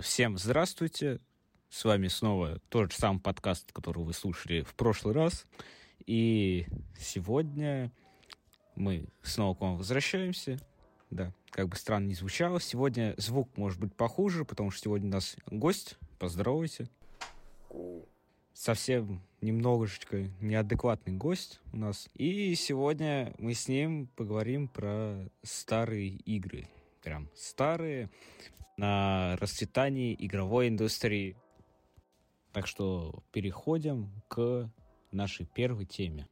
Всем здравствуйте. С вами снова тот же самый подкаст, который вы слушали в прошлый раз. И сегодня мы снова к вам возвращаемся. Да, как бы странно ни звучало. Сегодня звук может быть похуже, потому что сегодня у нас гость. Поздоровайся. Совсем немножечко неадекватный гость у нас. И сегодня мы с ним поговорим про старые игры. Прям старые, на расцветании игровой индустрии. Так что переходим к нашей первой теме.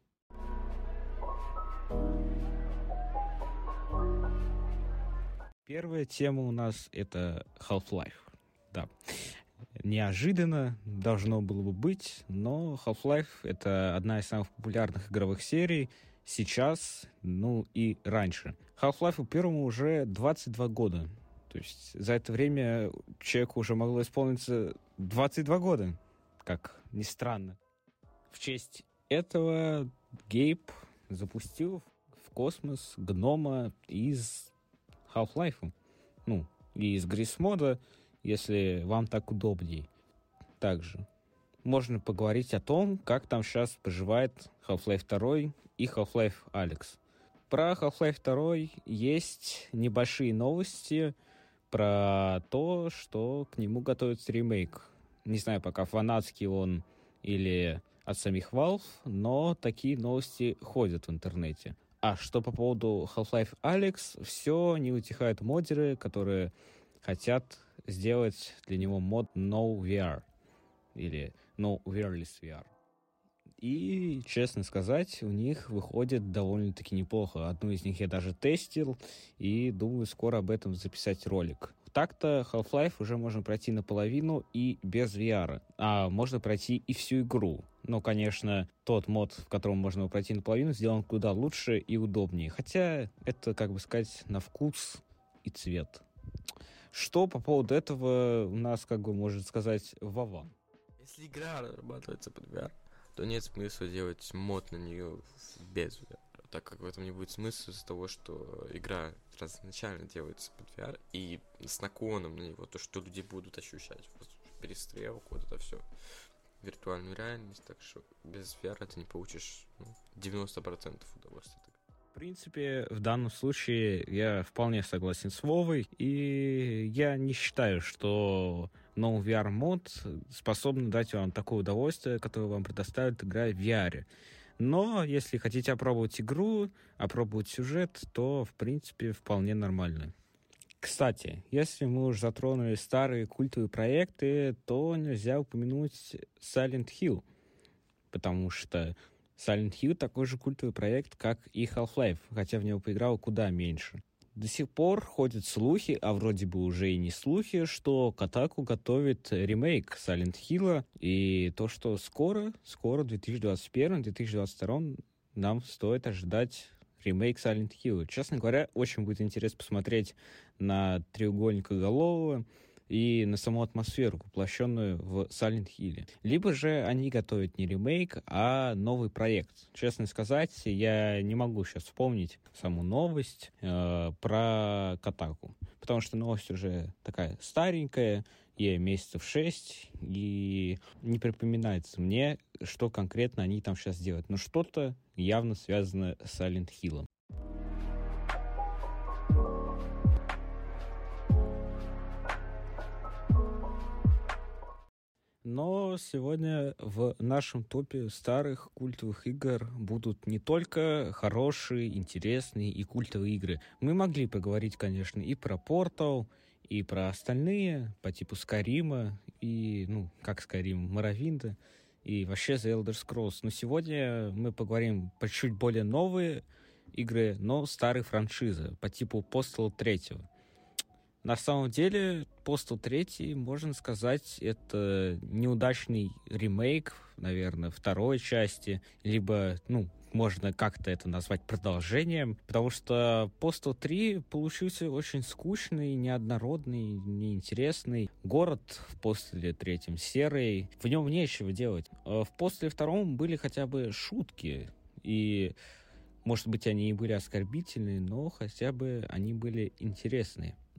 Первая тема у нас — это Half-Life. Да. Неожиданно должно было бы быть, но Half-Life — это одна из самых популярных игровых серий сейчас, ну и раньше. Half-Life первому уже 22 года. То есть за это время человеку уже могло исполниться 22 года, как ни странно. В честь этого Гейб запустил в космос гнома из Half-Life. Ну, и из Грисмода, если вам так удобней. Также можно поговорить о том, как там сейчас поживает Half-Life 2 и Half-Life Alyx. Про Half-Life 2 есть небольшие новости про то, что к нему готовится ремейк. Не знаю, пока фанатский он или от самих Valve, но такие новости ходят в интернете. А что по поводу Half-Life Alyx, все не утихают модеры, которые хотят сделать для него мод No VR или No Wireless VR. И, честно сказать, у них выходит довольно-таки неплохо. Одну из них я даже тестил, и думаю скоро об этом записать ролик. Так-то Half-Life уже можно пройти наполовину и без VR, а можно пройти и всю игру. Но, конечно, тот мод, в котором можно пройти наполовину, сделан куда лучше и удобнее. Хотя это, как бы сказать, на вкус и цвет. Что по поводу этого у нас, как бы, может сказать, Вован? Если игра разрабатывается под VR, то нет смысла делать мод на нее без VR, так как в этом не будет смысла из-за того, что игра изначально делается под VR, и с наклоном на него, то, что люди будут ощущать, перестрелку, вот это все, виртуальную реальность, так что без VR ты не получишь 90% удовольствия. В принципе, в данном случае я вполне согласен с Вовой, и я не считаю, что No VR мод способен дать вам такое удовольствие, которое вам предоставит игра в VR. Но если хотите опробовать игру, опробовать сюжет, то, в принципе, вполне нормально. Кстати, если мы уже затронули старые культовые проекты, то нельзя упомянуть Silent Hill, потому что Silent Hill такой же культовый проект, как и Half-Life, хотя в него поиграл куда меньше. До сих пор ходят слухи, а вроде бы уже и не слухи, что Kotaku готовит ремейк Silent Hill, и то, что скоро, в 2021-2022 нам стоит ожидать ремейк Silent Hill. Честно говоря, очень будет интересно посмотреть на треугольникоголового и на саму атмосферу, воплощенную в Silent Hill. Либо же они готовят не ремейк, а новый проект. Честно сказать, я не могу сейчас вспомнить саму новость про Kotaku, потому что новость уже такая старенькая, ей месяцев 6, и не припоминается мне, что конкретно они там сейчас делают. Но что-то явно связано с Silent Hill. Но сегодня в нашем топе старых культовых игр будут не только хорошие, интересные и культовые игры. Мы могли поговорить, конечно, и про Portal, и про остальные, по типу Skyrim, и, как Skyrim, Morrowind, и вообще The Elder Scrolls. Но сегодня мы поговорим про чуть более новые игры, но старые франшизы, по типу Postal 3. На самом деле, Postal 3, можно сказать, это неудачный ремейк, наверное, второй части, либо, можно как-то это назвать продолжением, потому что Postal 3 получился очень скучный, неоднородный, неинтересный. Город в Postal 3 серый, в нем нечего делать. В Postal 2 были хотя бы шутки, и, может быть, они и были оскорбительные, но хотя бы они были интересные.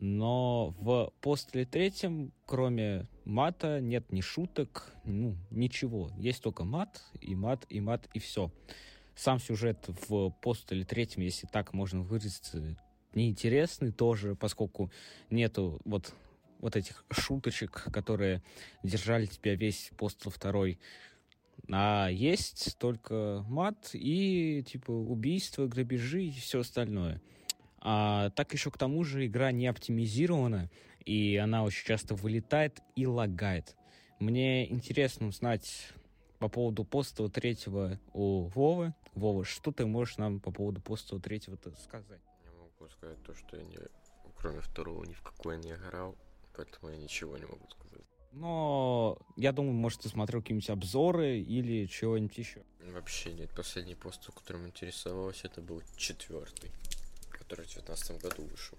Но в Постеле третьем, кроме мата, нет ни шуток, ничего. Есть только мат, и мат, и мат, и все. Сам сюжет в Постеле третьем, если так можно выразиться, неинтересный тоже, поскольку нету вот этих шуточек, которые держали тебя весь Постел второй. А есть только мат и типа убийства, грабежи и все остальное. А так еще к тому же игра не оптимизирована, и она очень часто вылетает и лагает. Мне интересно узнать по поводу Постела третьего у Вовы. Вова, что ты можешь нам по поводу Постела третьего-то сказать? Я могу сказать то, что я кроме второго ни в какой не играл, поэтому я ничего не могу сказать. Но я думаю, может, ты смотрел какие-нибудь обзоры или чего-нибудь еще. Вообще нет. Последний Постел, которым интересовался, это был 4-й, который в 2019 году вышел.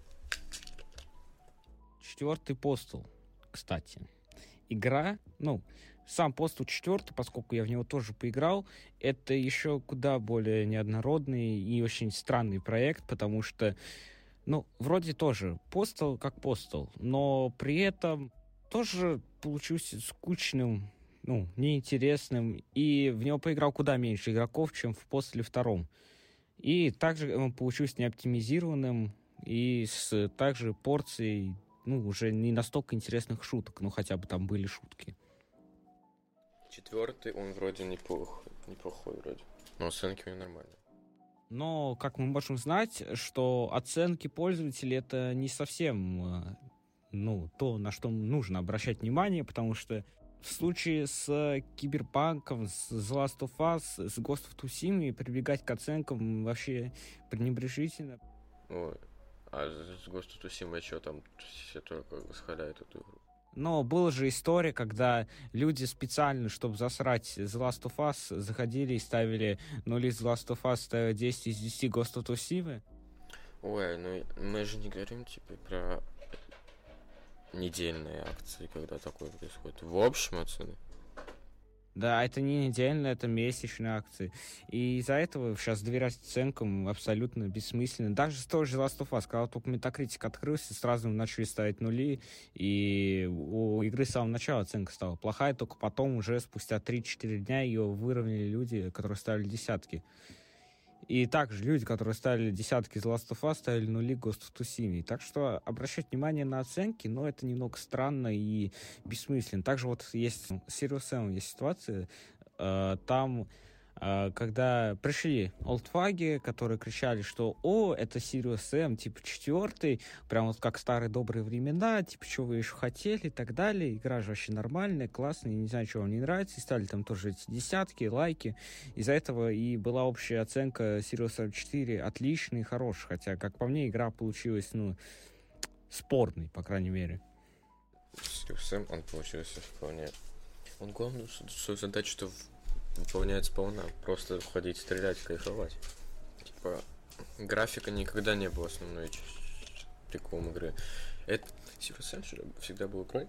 4-й Постел, кстати. Игра, сам Постел 4, поскольку я в него тоже поиграл, это еще куда более неоднородный и очень странный проект, потому что, вроде тоже Постел как Постел, но при этом тоже получился скучным, неинтересным, и в него поиграл куда меньше игроков, чем в Постеле 2. И также он получился неоптимизированным и с также порцией, уже не настолько интересных шуток, хотя бы там были шутки. 4-й, он вроде неплохой вроде, но оценки у него нормальные. Но, как мы можем знать, что оценки пользователей — это не совсем, то, на что нужно обращать внимание, потому что в случае с Киберпанком, с The Last of Us, с Ghost of Tsushima прибегать к оценкам вообще пренебрежительно. Ой, а с Ghost of Tsushima что там все только восхваляют эту игру? Но была же история, когда люди специально, чтобы засрать The Last of Us, заходили и ставили нули The Last of Us, ставили 10 из 10 Ghost of Tsushima. Ой, мы же не говорим, про недельные акции, когда такое происходит. В общем, оцены. Да, это не недельные, это месячные акции. И из-за этого сейчас доверять оценкам абсолютно бессмысленно. Даже с той же Last of Us, когда только Metacritic открылся, сразу начали ставить нули, и у игры с самого начала оценка стала плохая, только потом уже спустя 3-4 дня ее выровняли люди, которые ставили десятки. И также люди, которые ставили десятки из Last of Us, ставили нули Ghost of Tsushima. Так что обращать внимание на оценки, но это немного странно и бессмысленно. Также вот есть Serious Sam, есть ситуация, там, когда пришли олдфаги, которые кричали, что это Serious Sam, 4, прям вот как старые добрые времена, что вы еще хотели и так далее. Игра же вообще нормальная, классная, не знаю, что вам не нравится. И стали там тоже эти десятки, лайки. Из-за этого и была общая оценка Serious Sam 4 отличная и хорошая. Хотя, как по мне, игра получилась, спорной, по крайней мере. Serious Sam, он получился вполне... Он главную свою задачу-то выполняет сполна. Просто ходить, стрелять, кайфовать. Графика никогда не была основной приколом игры. Это Serious Sam всегда был игрой.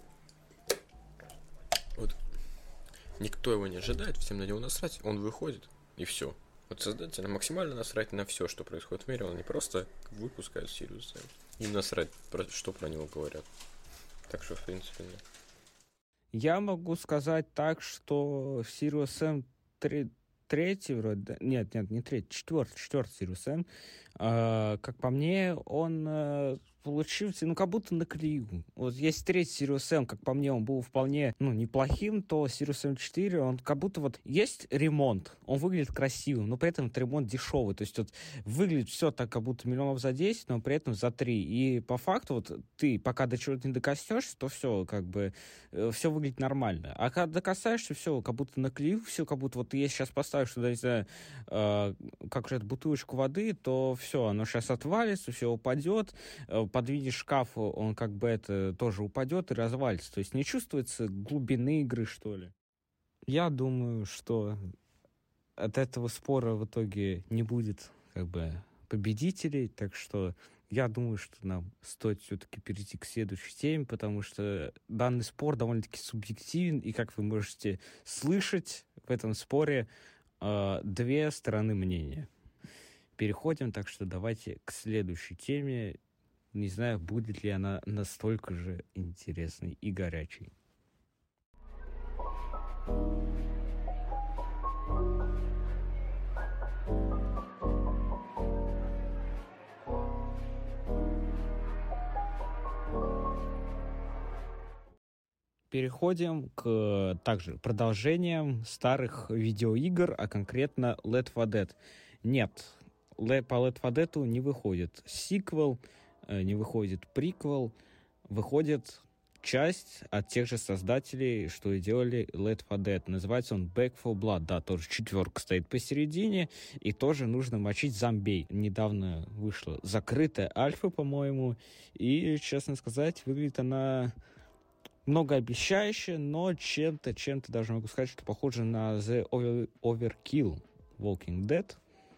Вот никто его не ожидает, всем на него насрать, он выходит, и все. Вот создателям максимально насрать на все, что происходит в мире. Он не просто выпускает Serious Sam. Им насрать, что про него говорят. Так что, в принципе, нет. Я могу сказать так, что Serious Sam 3 вроде... Нет, не 3, 4 Serious Sam. Как по мне, он получился, как будто на краю. Вот есть 3 Serious Sam, как по мне, он был вполне, неплохим, то Serious Sam 4, он как будто вот есть ремонт, он выглядит красивым, но при этом это ремонт дешевый. То есть вот выглядит все так, как будто миллионов за 10, но при этом за 3. И по факту вот ты пока до чего-то не докоснешься, то все все выглядит нормально. А когда докасаешься, все как будто на краю, все как будто вот ты если сейчас поставишь туда, не знаю, как же это, бутылочку воды, то все, оно сейчас отвалится, все упадет, подвинешь шкаф, он это тоже упадет и развалится. То есть не чувствуется глубины игры, что ли. Я думаю, что от этого спора в итоге не будет победителей, так что я думаю, что нам стоит все-таки перейти к следующей теме, потому что данный спор довольно-таки субъективен, и, как вы можете слышать, в этом споре 2 стороны мнения. Переходим, так что давайте к следующей теме. не знаю, будет ли она настолько же интересной и горячей. Переходим к также продолжениям старых видеоигр, а конкретно Left 4 Dead. Нет, по Left 4 Dead не выходит сиквел, не выходит приквел, выходит часть от тех же создателей, что и делали Left 4 Dead. Называется он Back 4 Blood. Да, тоже 4 стоит посередине, и тоже нужно мочить зомбей. Недавно вышла закрытая альфа, по-моему, и, честно сказать, выглядит она многообещающе, но чем-то даже могу сказать, что похоже на The Overkill Walking Dead.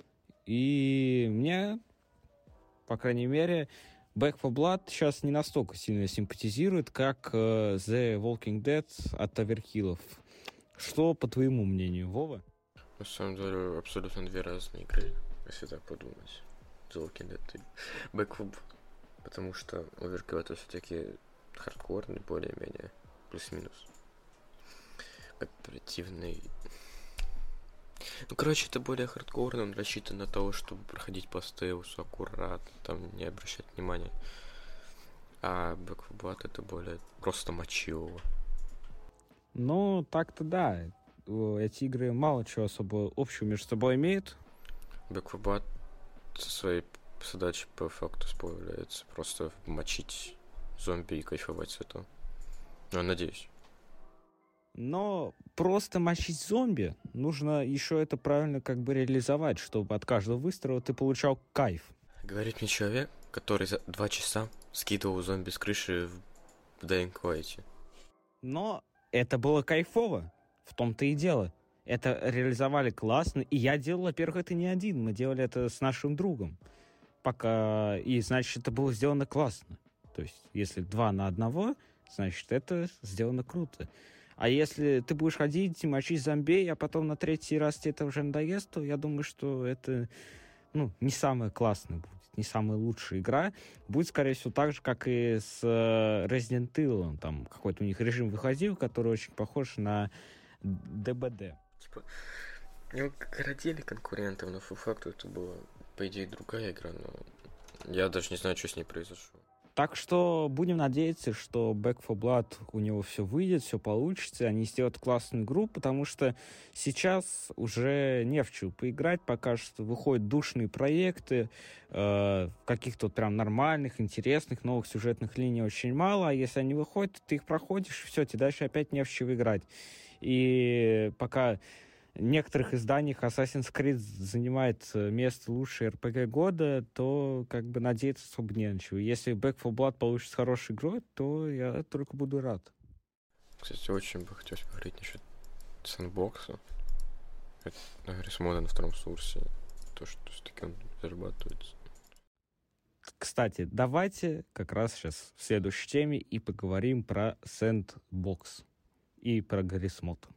И мне, по крайней мере, Back 4 Blood сейчас не настолько сильно симпатизирует, как The Walking Dead от Overkill'ов. Что, по твоему мнению, Вова? На самом деле, абсолютно две разные игры, если так подумать. The Walking Dead и Back 4 Blood. Потому что Overkill это все-таки хардкорный, более-менее, плюс-минус. Оперативный. Ну, короче, это более хардкорно, он рассчитан на то, чтобы проходить по стелсу аккуратно, там не обращать внимания. А Back 4 Blood это более просто мочилово. Ну, так-то да. Эти игры мало чего особо общего между собой имеют. Back 4 Blood со своей задачей по факту справляется. Просто мочить зомби и кайфовать с этого. Ну, надеюсь. Но просто мочить зомби нужно еще это правильно как бы реализовать, чтобы от каждого выстрела ты получал кайф. Говорит мне человек, который за 2 часа скидывал зомби с крыши в Dying Light. Но это было кайфово. В том-то и дело. Это реализовали классно. И я делал, во-первых, это не один. Мы делали это с нашим другом. И, значит, это было сделано классно. То есть, если 2 на 1, значит, это сделано круто. А если ты будешь ходить и мочить зомбей, а потом на 3-й раз тебе это уже надоест, то я думаю, что это, не самая классная будет, не самая лучшая игра. Будет, скорее всего, так же, как и с Resident Evil. Там какой-то у них режим выходил, который очень похож на ДБД. Типа, городили конкурентов, но по факту это была, по идее, другая игра, но я даже не знаю, что с ней произошло. Так что будем надеяться, что Back 4 Blood у него все выйдет, все получится, они сделают классную игру, потому что сейчас уже не в чем поиграть, пока что выходят душные проекты, каких-то прям нормальных, интересных, новых сюжетных линий очень мало, а если они выходят, то ты их проходишь, все, тебе дальше опять не в чем играть. И пока в некоторых изданиях Assassin's Creed занимает место лучшей RPG года, то как бы надеяться особо не на чего. Если Back 4 Blood получится хорошей игрой, то я только буду рад. Кстати, очень бы хотелось поговорить насчет сэндбокса. Это, наверное, на 2-м сурсе. То, что все-таки он зарабатывается. Кстати, давайте как раз сейчас в следующей теме и поговорим про сэндбокс и про Гаррис Мод.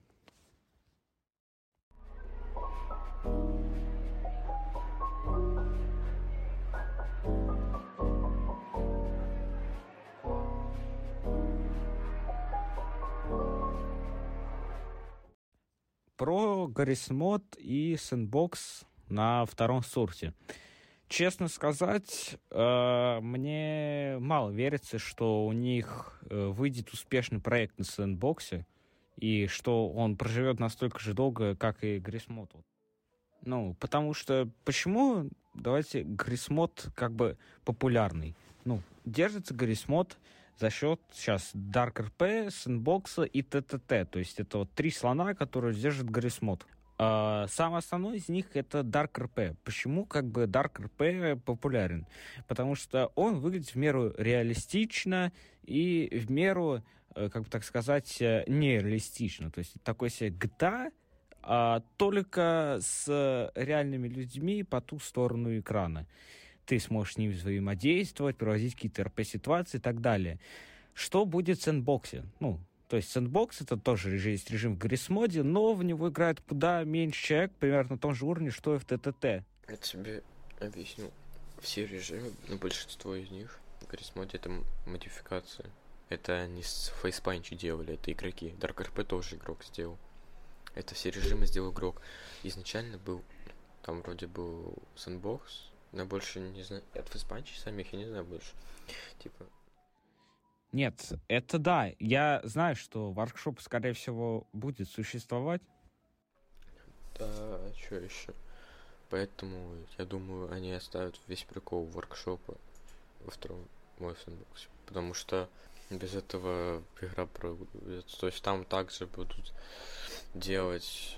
Про Garry's Mod и Sandbox на 2-м сурсе. Честно сказать, мне мало верится, что у них выйдет успешный проект на Sandbox, и что он проживет настолько же долго, как и Garry's Mod. Потому что... Почему, давайте, Garry's Mod как бы популярный? Держится Garry's Mod за счет сейчас Dark RP, Sandbox и ТТТ. То есть это вот 3 слона, которые держат Garry's Mod. Самый основной из них это Dark RP. Почему как бы Dark RP популярен? Потому что он выглядит в меру реалистично и в меру, как бы так сказать, нереалистично. То есть такой себе GTA, только с реальными людьми по ту сторону экрана. Ты сможешь с ними взаимодействовать, проводить какие-то РП-ситуации и так далее. Что будет в сэндбоксе? То есть сэндбокс — это тоже есть режим в Garry's Mod, но в него играет куда меньше человек, примерно на том же уровне, что и в ТТТ. Я тебе объясню. Все режимы, большинство из них, Garry's Mod это модификация. Это не с Facepunch делали, это игроки. Dark RP тоже игрок сделал. Это все режимы сделал игрок. Изначально был, там вроде был сэндбокс, но больше не знаю, от Facepunch самих я не знаю больше. Типа... Нет, это да. Я знаю, что воркшоп, скорее всего, будет существовать. Да, что еще? Поэтому, я думаю, они оставят весь прикол воркшопа во втором мой сэндбоксе. Потому что без этого игра проводится. То есть там также будут делать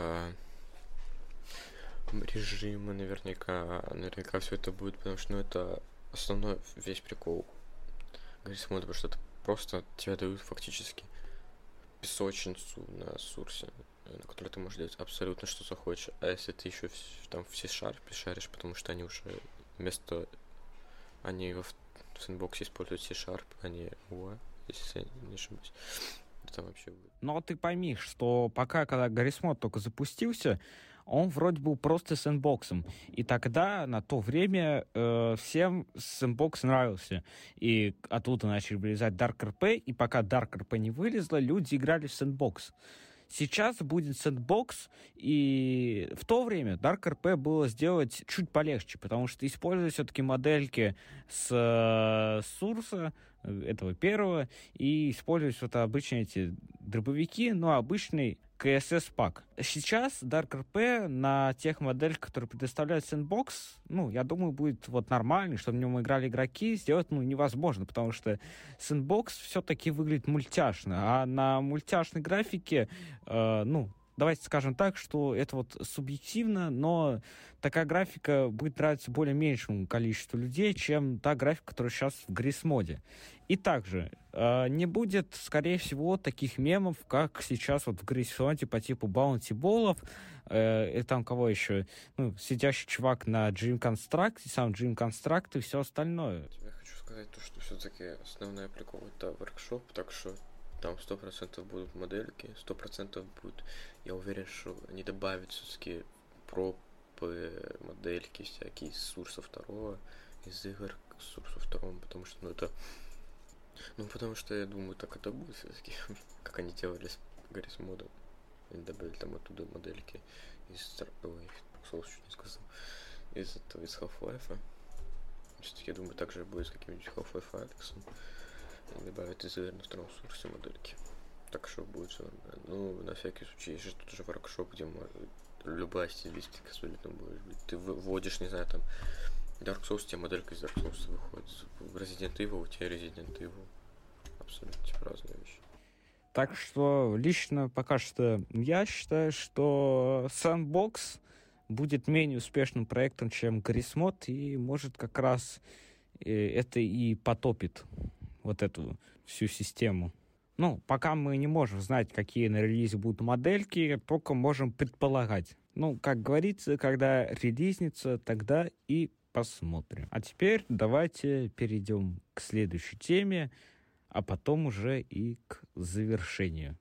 режимы наверняка. Наверняка все это будет, потому что это основной весь прикол Garry's Mod, потому что это просто тебе дают фактически песочницу на сурсе, на которой ты можешь делать абсолютно что захочешь. А если ты еще там в C# шаришь, потому что они уже вместо... Они в сэндбоксе используют C#, а не UA, если я не ошибаюсь. Это вообще будет. Но ты пойми, что пока, когда Garry's Mod только запустился, он вроде был просто сэндбоксом. И тогда, на то время, всем сэндбокс нравился. И оттуда начали вылезать Dark RP, и пока Dark RP не вылезла, люди играли в сэндбокс. Сейчас будет сэндбокс, и в то время Dark RP было сделать чуть полегче, потому что используют все-таки модельки с Сурса, этого первого, и используют вот обычные эти дробовики, но обычный КСС пак. Сейчас Dark RP на тех моделях, которые предоставляют сэндбокс, я думаю, будет вот нормальный, чтобы в нем играли игроки, сделать, невозможно, потому что сэндбокс все-таки выглядит мультяшно, а на мультяшной графике, давайте скажем так, что это вот субъективно, но такая графика будет нравиться более меньшему количеству людей, чем та графика, которая сейчас в Garry's Mod. И также не будет, скорее всего, таких мемов, как сейчас вот в Garry's Mod по типу баунти-боллов, и там кого еще, сидящий чувак на Dream Construct, сам Dream Construct и все остальное. Я хочу сказать то, что все-таки основная прикол это воркшоп, так что там 100% будут модельки, 100% будут. Я уверен, что они добавят все-таки пропы, модельки всякие из Сурса 2, из игр к Сурсу 2, потому что, это... потому что я думаю, так это будет все-таки, как они делали с Garry's Mod. Они добавили там оттуда модельки из... Ой, чуть не сказал. Из Half-Life. Все-таки, я думаю, также будет с каким-нибудь Half-Life Alyx. Добавят из игр на втором сурсе модельки. Так что будет все нормально. На всякий случай, есть же тут же воркшоп, где любая стилистика абсолютно будет быть. Ты вводишь, не знаю, там Dark Souls, тебе моделька из Dark Souls выходит. В Resident Evil у тебя Resident Evil. Абсолютно разные вещи. Так что лично пока что я считаю, что Sandbox будет менее успешным проектом, чем Garry's Mod, и может как раз это и потопит вот эту всю систему. Пока мы не можем знать, какие на релизе будут модельки, только можем предполагать. Как говорится, когда релизнится, тогда и посмотрим. А теперь давайте перейдем к следующей теме, а потом уже и к завершению.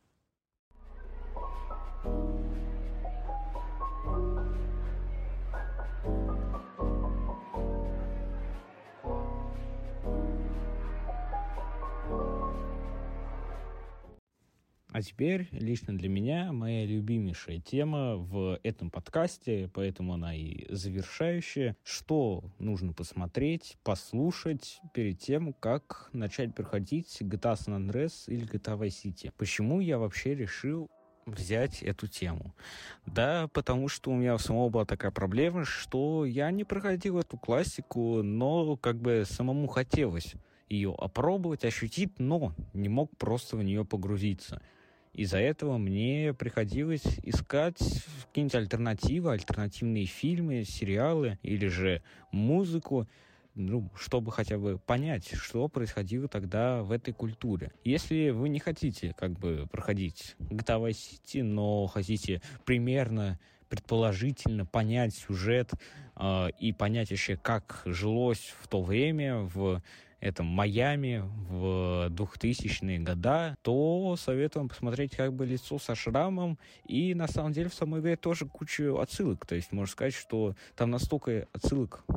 А теперь лично для меня моя любимейшая тема в этом подкасте, поэтому она и завершающая. Что нужно посмотреть, послушать перед тем, как начать проходить GTA San Andreas или GTA Vice City. Почему я вообще решил взять эту тему? Да, потому что у меня у самого была такая проблема, что я не проходил эту классику, но самому хотелось ее опробовать, ощутить, но не мог просто в нее погрузиться. Из-за этого мне приходилось искать какие-нибудь альтернативные фильмы, сериалы или же музыку, чтобы хотя бы понять, что происходило тогда в этой культуре. Если вы не хотите проходить GTA Vice City, но хотите примерно, предположительно понять сюжет и понять вообще, как жилось в то время в этом Майами в 2000-е годы, то советую вам посмотреть «Лицо со шрамом». И на самом деле в самой игре тоже куча отсылок. То есть можно сказать, что там настолько отсылок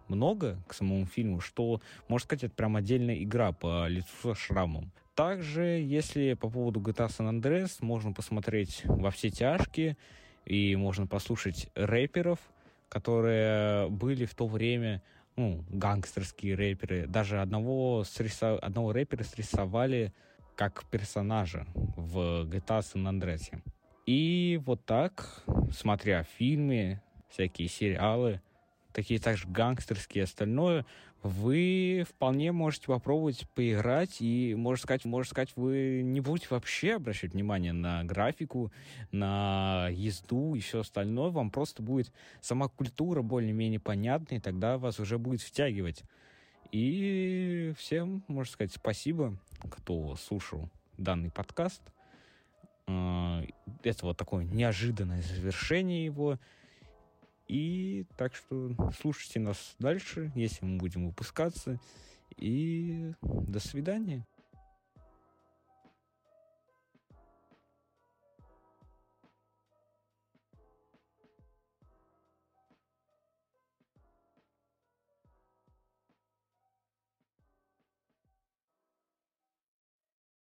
много к самому фильму, что, можно сказать, это прям отдельная игра по лицу со шрамом. Также, если по поводу GTA San Andreas, можно посмотреть «Во все тяжкие», и можно послушать рэперов, которые были в то время, гангстерские рэперы. Даже одного рэпера срисовали как персонажа в GTA San Andreas. И вот так, смотря фильмы, всякие сериалы, такие также гангстерские и остальное, вы вполне можете попробовать поиграть, и, можно сказать, вы не будете вообще обращать внимание на графику, на езду и все остальное, вам просто будет сама культура более-менее понятна, и тогда вас уже будет втягивать. И всем, можно сказать, спасибо, кто слушал данный подкаст. Это вот такое неожиданное завершение его. И так что слушайте нас дальше, если мы будем выпускаться. И до свидания.